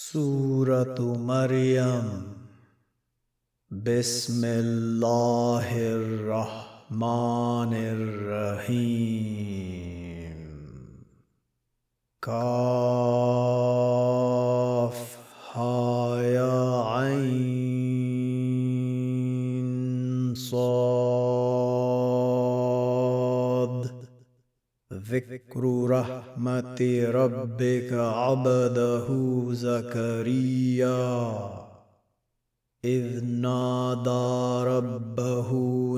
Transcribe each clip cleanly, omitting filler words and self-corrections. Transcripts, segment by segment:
سورة مريم بسم الله الرحمن الرحيم كاف ها يا عين صاد ذكر رحمة ربك عبده زكريا إذ نادى ربه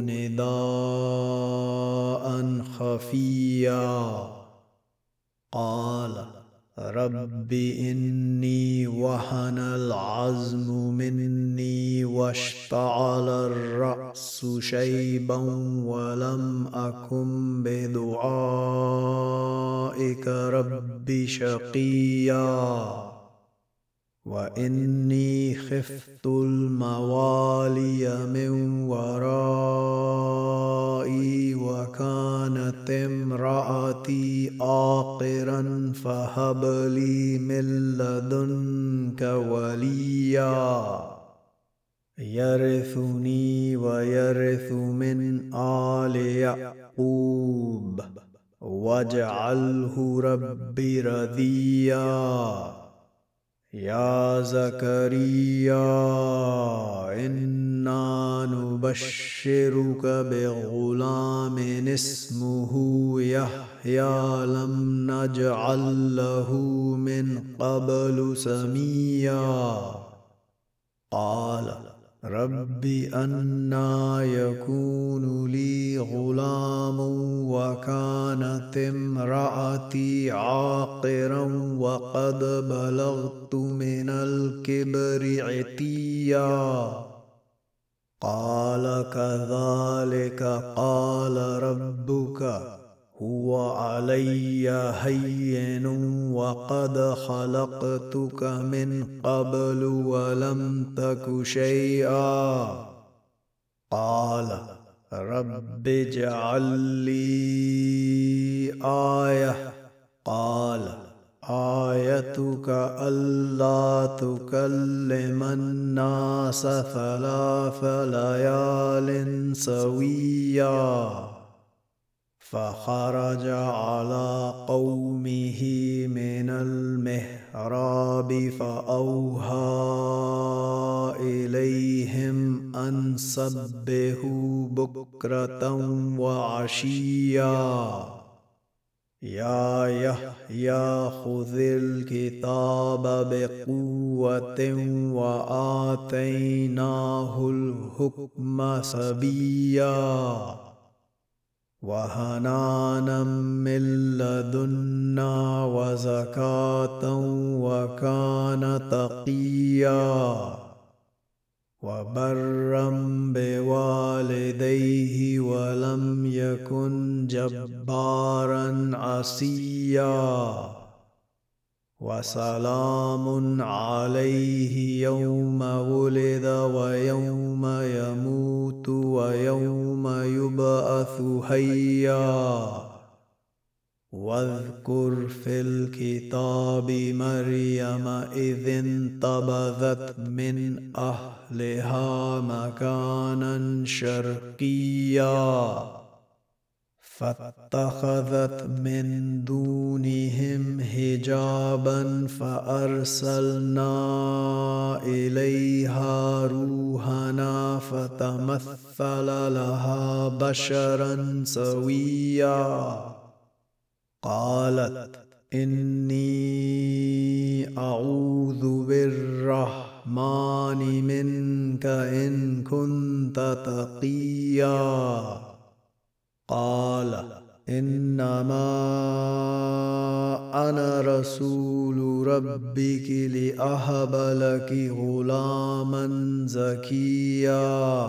نداء خفيا قال رب إني وهن العظم مني واشتعل الرأس شيبا ولم أكن بدعائك رب شقيا وإني خفت الموالي من ورائي وكانت امرأتي عاقرا فهب لي من لدنك وليا يرثني ويرث من آل يعقوب واجعله ربي رضيا يا زكريا إنا نبشرك بغلام اسمه يحيى لم نجعل له من قبل سميا قال رب أنى يكون لي غلام وكانت امرأتي عاقرا وقد بلغت من الكبر عتيا قال كذلك قال ربك هو علي هين وقد خلقتك من قبل ولم تك شيئا قال رب اجعل لي آية قال آيتك ألا تكلم الناس 3 ليال سويا فخرج على قومه من المحراب فأوحى إليهم أن سبحوا بكرة وعشيا يا يحيى خذ الكتاب بقوة وآتيناه الحكم صبيا وحنانا من لدنا وزكاة وكان تقيا وبرا بوالديه ولم يكن جبارا عصيا وسلام عليه يوم ولد ويوم يموت ويوم يبعث حيا واذكر في الكتاب مريم إذ انتبذت من أهلها مكانا شرقيا فاتخذت من دونهم حجابا فأرسلنا إليها روحنا فتمثل لها بشرا سويا قالت إني أعوذ بالرحمن منك إن كنت تقيا قال إنما أنا رسول ربك لأهب لك غلاما زكيا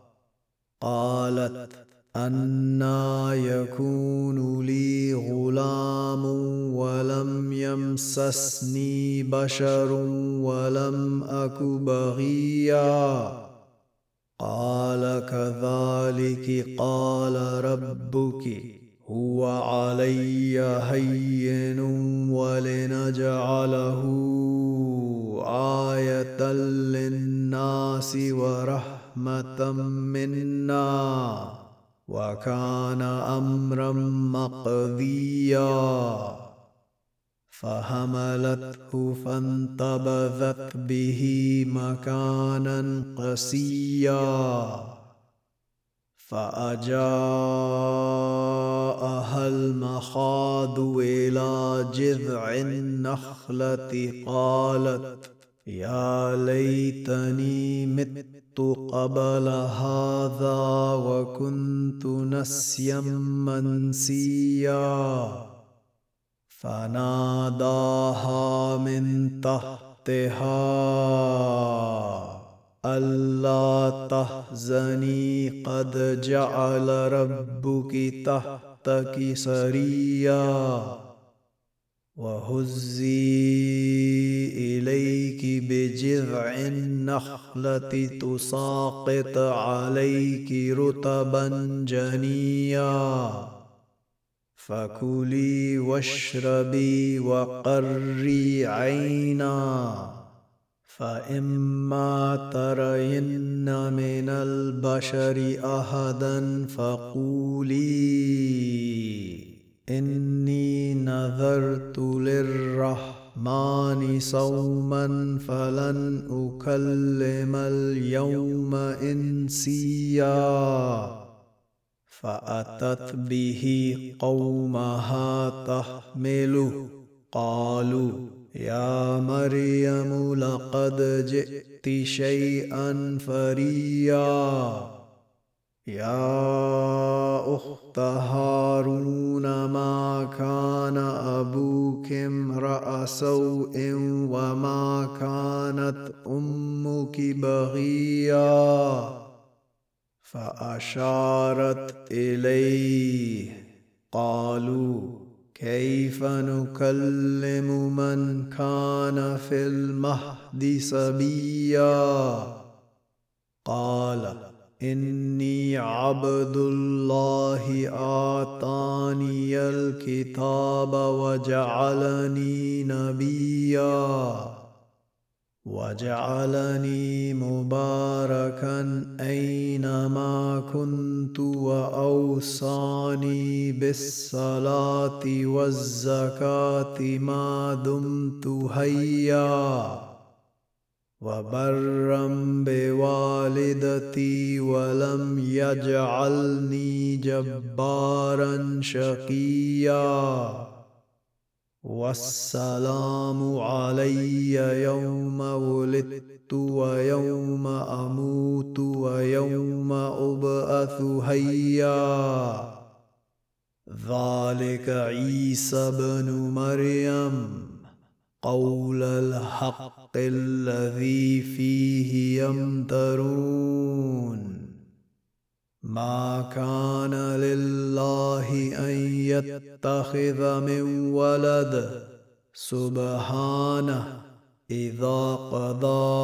قالت أنى يكون لي غلام ولم يمسسني بشر ولم أك بغيا قال كذلك قال ربك هو علي هين ولنجعله رحمة منا وكان أمرا مقضيا فحملته فانتبذت به مكانا قصيا فأجاءها المخاض إلى جذع النخلة قالت يا ليتني مت قبل هذا وكنت نسيا منسيا فناداها من تحتها ألا تحزني قد جعل ربك تحتك سريا وهزي إليك بجذع النخلة تساقط عليك رطبا جنيا فكلي واشربي وقري عينا فإما ترين من البشر أحدا فقولي إني نذرت للرحمن صوما فلن أكلم اليوم إنسيا فأتت به قومها تحمله قالوا يا مريم لقد جئت شيئا فريا يا أخت هارون ما كان أبوك امرأ سوء وما كانت أمك بغيا فأشارت إليه قالوا كيف نكلم من كان في المهد صبيا قال إني عبد الله آتاني الكتاب وجعلني نبيا وجعلني مباركا أينما كنت وأوصاني بالصلاة والزكاة ما دمت حيا وبرا بوالدتي ولم يجعلني جبارا شقيا والسلام علي يوم ولدت ويوم أموت ويوم أبعث حيا ذلك عيسى بن مريم قول الحق الذي فيه يمترون ما كان لله أن يتخذ من ولد سبحانه إذا قضى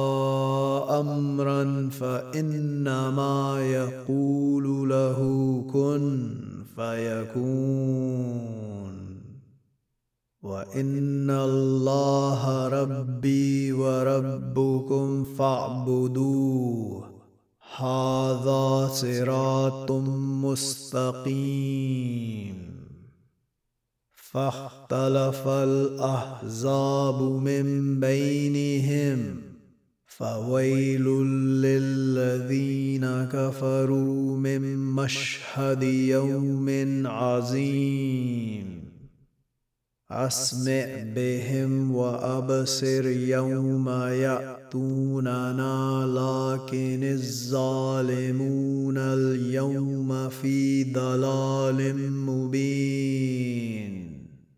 أمرا فإنما يقول له كن فيكون وإن الله ربي وربكم فاعبدوه هذا صراط مستقيم فاختلف الأحزاب من بينهم فويل للذين كفروا من مشهد يوم عظيم أسمع بهم وأبصر يوم يأتوننا لكن الظالمون اليوم في ضلال مبين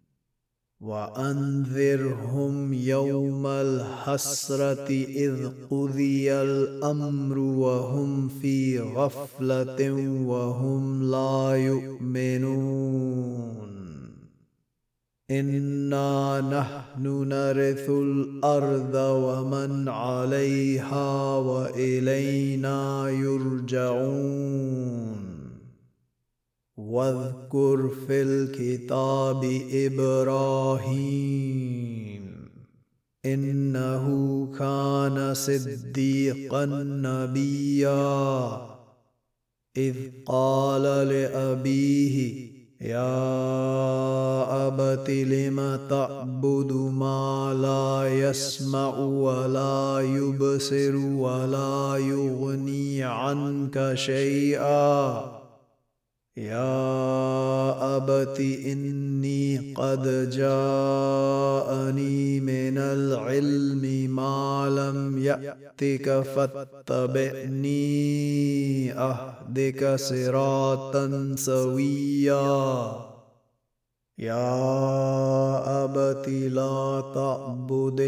وأنذرهم يوم الحسرة إذ قضي الأمر وهم في غفلة وهم لا يؤمنون إنا نحن نرث الأرض ومن عليها وإلينا يرجعون واذكر في الكتاب إبراهيم إنه كان صديقا نبيا إذ قال لأبيه يا أبت لم تعبد ما لا يسمع ولا يبصر ولا يغني عنك شيئا يا أبت إني قد جاءني من العلم ما لم يأتك فاتبعني أهدك صراطا سويا يا أبت لا تعبد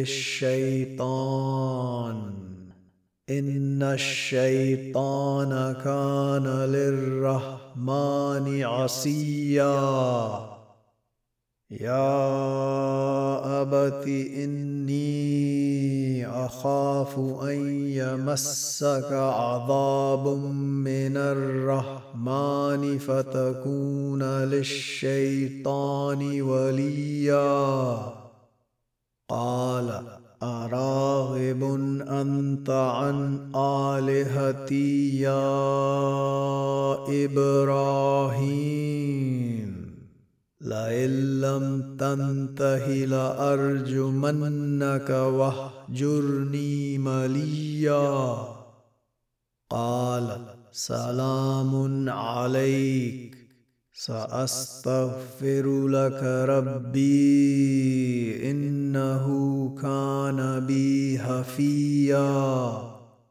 الشيطان إن الشيطان كان للرحمن عصيا يا أبت إني أخاف أن يمسك عذاب من الرحمن فتكون للشيطان وليا قال أراغب أنت عن آلهتي يا إبراهيم لئن لم تنته لأرجمنك واهجرني مليا قال سلام عليك سأستغفر لك ربي إنه كان بي حفيا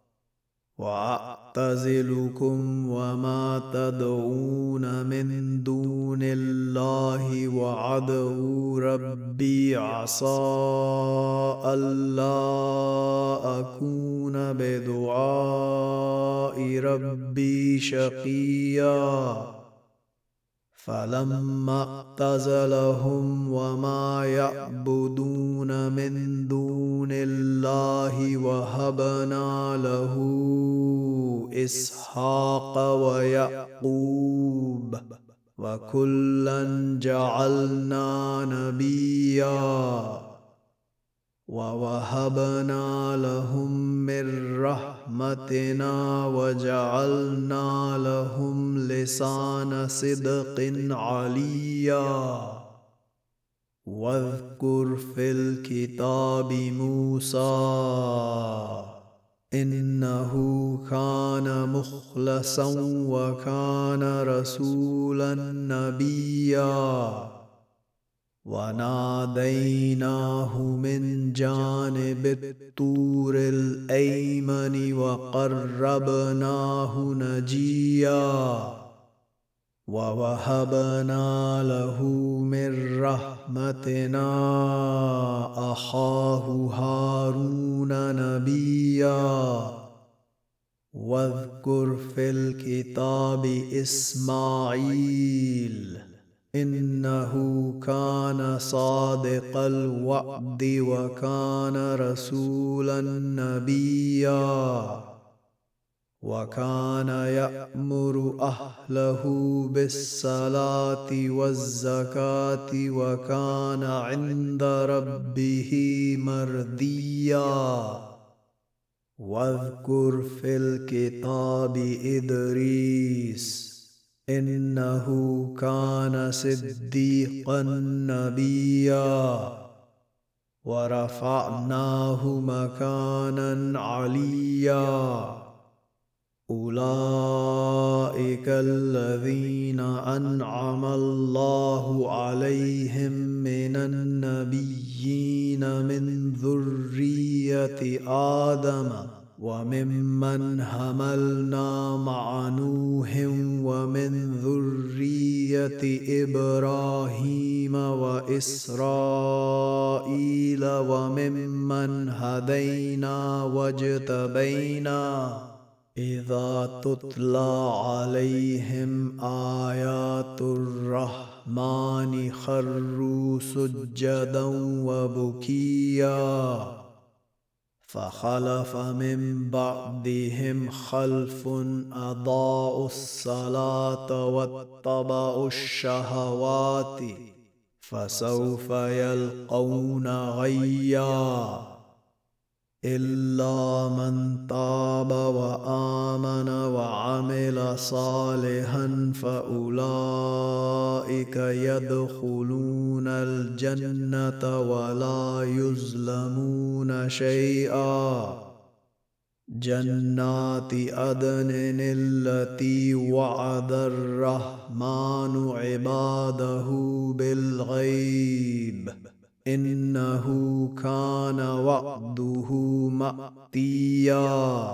وأعتزلكم وما تدعون من دون الله وأدعو ربي عسى ألا أكون بدعاء ربي شقيا فلما اعتزلهم وما يعبدون من دون الله وهبنا له إسحاق ويعقوب وكلا جعلنا نبيا ووهبنا لهم من رحمتنا وجعلنا لهم لسان صدق عليا واذكر في الكتاب موسى إنه كان مخلصا وكان رسولا نبيا وناديناه من جانب الطور الأيمن وقربناه نجيا ووهبنا له من رحمتنا أخاه هارون نبيا واذكر في الكتاب إسماعيل إنه كان صادق الوعد وكان رسولا نبيا وكان يأمر أهله بالصلاة والزكاة وكان عند ربه مرضيا واذكر في الكتاب إدريس إنه كان صديقا نبيا ورفعناه مكانا عليا أولئك الذين أنعم الله عليهم من النبيين من ذرية آدم وممن حملنا مع نوح ومن ذرية إبراهيم وإسرائيل وممن هدينا واجتبينا إذا تتلى عليهم آيات الرحمن خروا سجدا وبكيا فخلف من بعدهم خلف أضاعوا الصلاة واتبعوا الشهوات فسوف يلقون غيا إلا من تاب وآمن وعمل صالحا فأولئك يدخلون الجنة ولا يظلمون شيئا. جنات عدن التي وعد الرحمن عباده بالغيب إنه كان وعده مأتيا.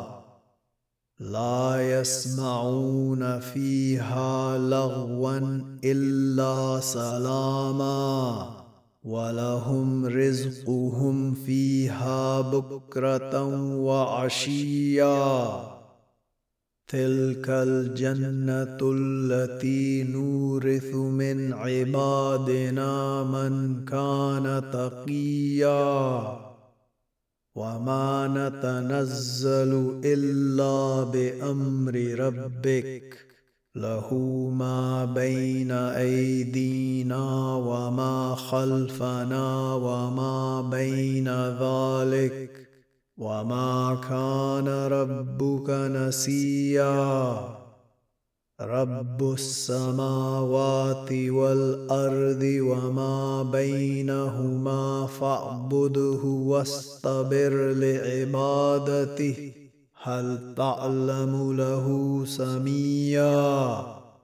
لا يسمعون فيها لغوا إلا سلاما ولهم رزقهم فيها بكرة وعشيا. تلك الجنة التي نورث من عبادنا من كان تقيا. وما نتنزل إلا بأمر ربك له ما بين أيدينا وما خلفنا وما بين ذلك وما كان ربك نسيا. رب السماوات والأرض وما بينهما فاعبده واصطبر لعبادته هل تعلم له سميا.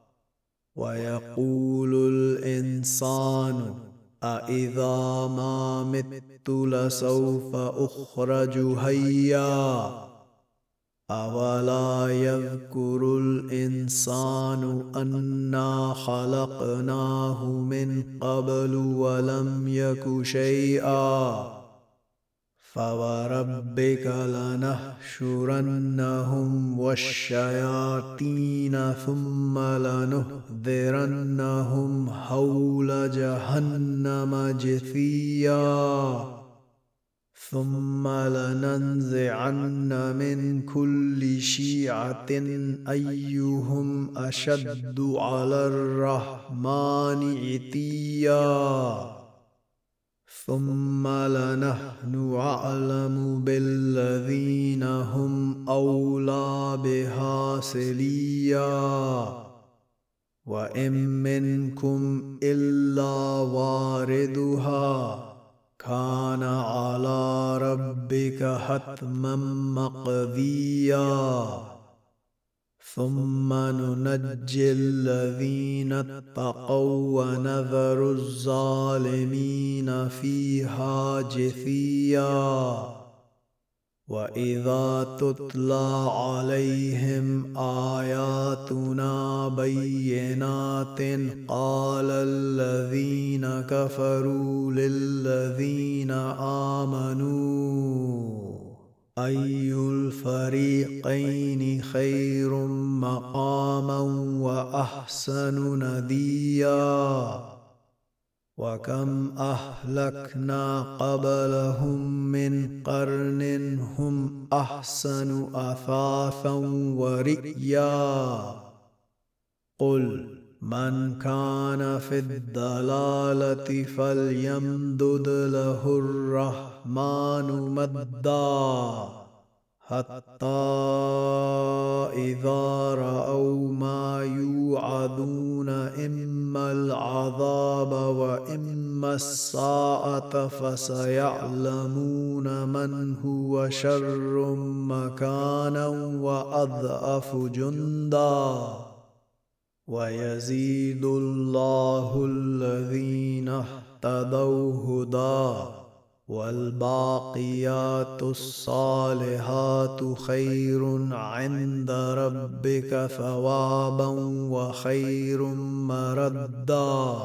ويقول الإنسان أإذا ما مت لسوف أخرج حيا. أولا يذكر الإنسان أنا خلقناه من قبل ولم يك شيئا. فوربك لنحشرنهم والشياطين ثم لنحضرنهم حول جهنم جثيا. ثم لننزعن من كل شيعة أيهم أشد على الرحمن عتيا. ثم لنحن أعلم بالذين هم أولى بها صليا. وإن منكم إلا واردها كان على ربك حتما مقضيا. ثم ننجي الذين اتقوا ونذر الظالمين فيها جثيا. وإذا تتلى عليهم آياتنا بينات قال الذين كفروا للذين آمنوا أي الفريقين خير مقاما وأحسن نديا. وكم أهلكنا قبلهم من قرن هم أحسن أثاثا ورئيا. قل من كان في الضلالة فليمدد له الرحمن مدا حتى إذا رأوا ما يوعدون إما العذاب وإما الساعة فسيعلمون من هو شر مكانا وأضعف جندا. ويزيد الله الذين اهتدوا هدى والباقيات الصالحات خير عند ربك ثوابا وخير مردا.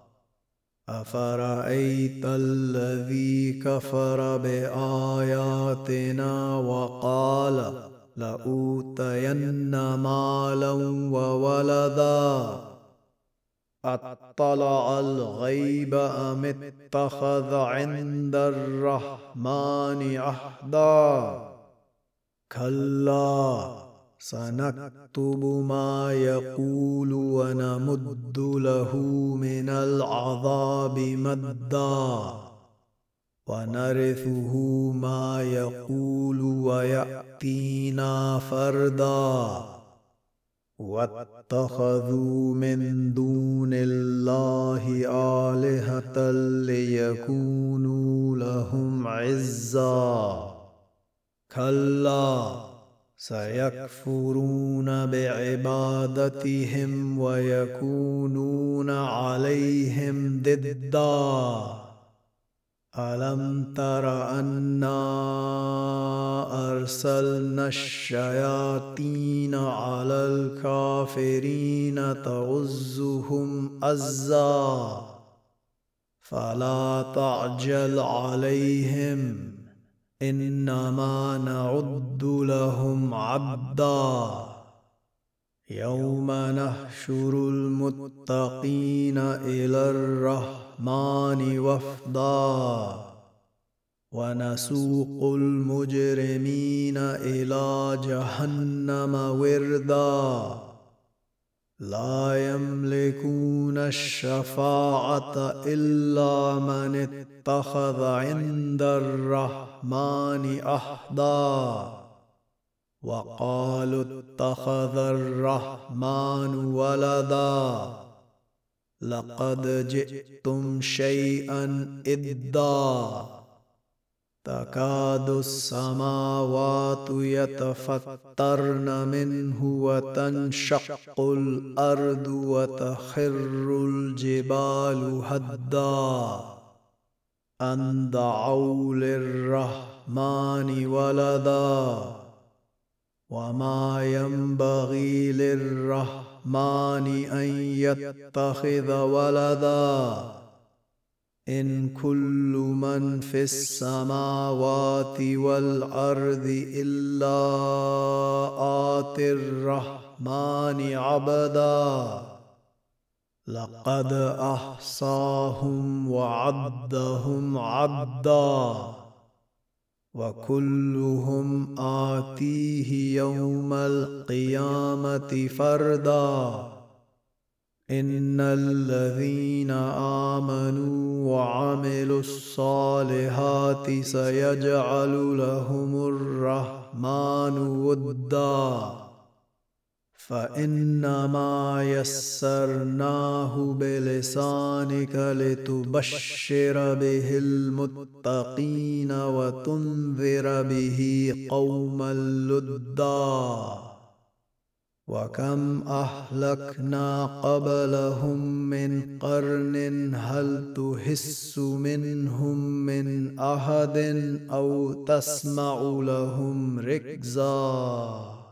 أفرأيت الذي كفر بآياتنا وقال لأوتين مالا وولدا أطلع الغيب أم اتخذ عند الرحمن عهدا. كلا سنكتب ما يقول ونمد له من العذاب مدا. ونرثه ما يقول ويأتينا فردا واتخذوا من دون الله آلهة ليكونوا لهم عزا كلا سيكفرون بعبادتهم ويكونون عليهم ضدا ألم تر أنا أرسلنا الشياطين على الكافرين تؤزهم أزا فلا تعجل عليهم إنما نعد لهم عدا يوم نحشر المتقين إلى الرحمن وفدا ونسوق المجرمين إلى جهنم وردا لا يملكون الشفاعة إلا من اتخذ عند الرحمن عهدا وقالوا اتخذ الرحمن ولدا لقد جئتم شيئا إدا تكاد السماوات يتفطرن منه وتنشق الأرض وتخر الجبال هدا أن دعوا للرحمن ولدا وما ينبغي للرحمن أن يتخذ ولدا إن كل من في السماوات والأرض إلا آتي الرحمن عبدا لقد أحصاهم وعدهم عدا وكلهم آتيه يوم القيامة فردا إن الذين آمنوا وعملوا الصالحات سيجعل لهم الرحمن ودا فإنما يسرناه بلسانك لتبشر به المتقين وتنذر به قوما لدا وكم أهلكنا قبلهم من قرن هل تحس منهم من أحد أو تسمع لهم ركزا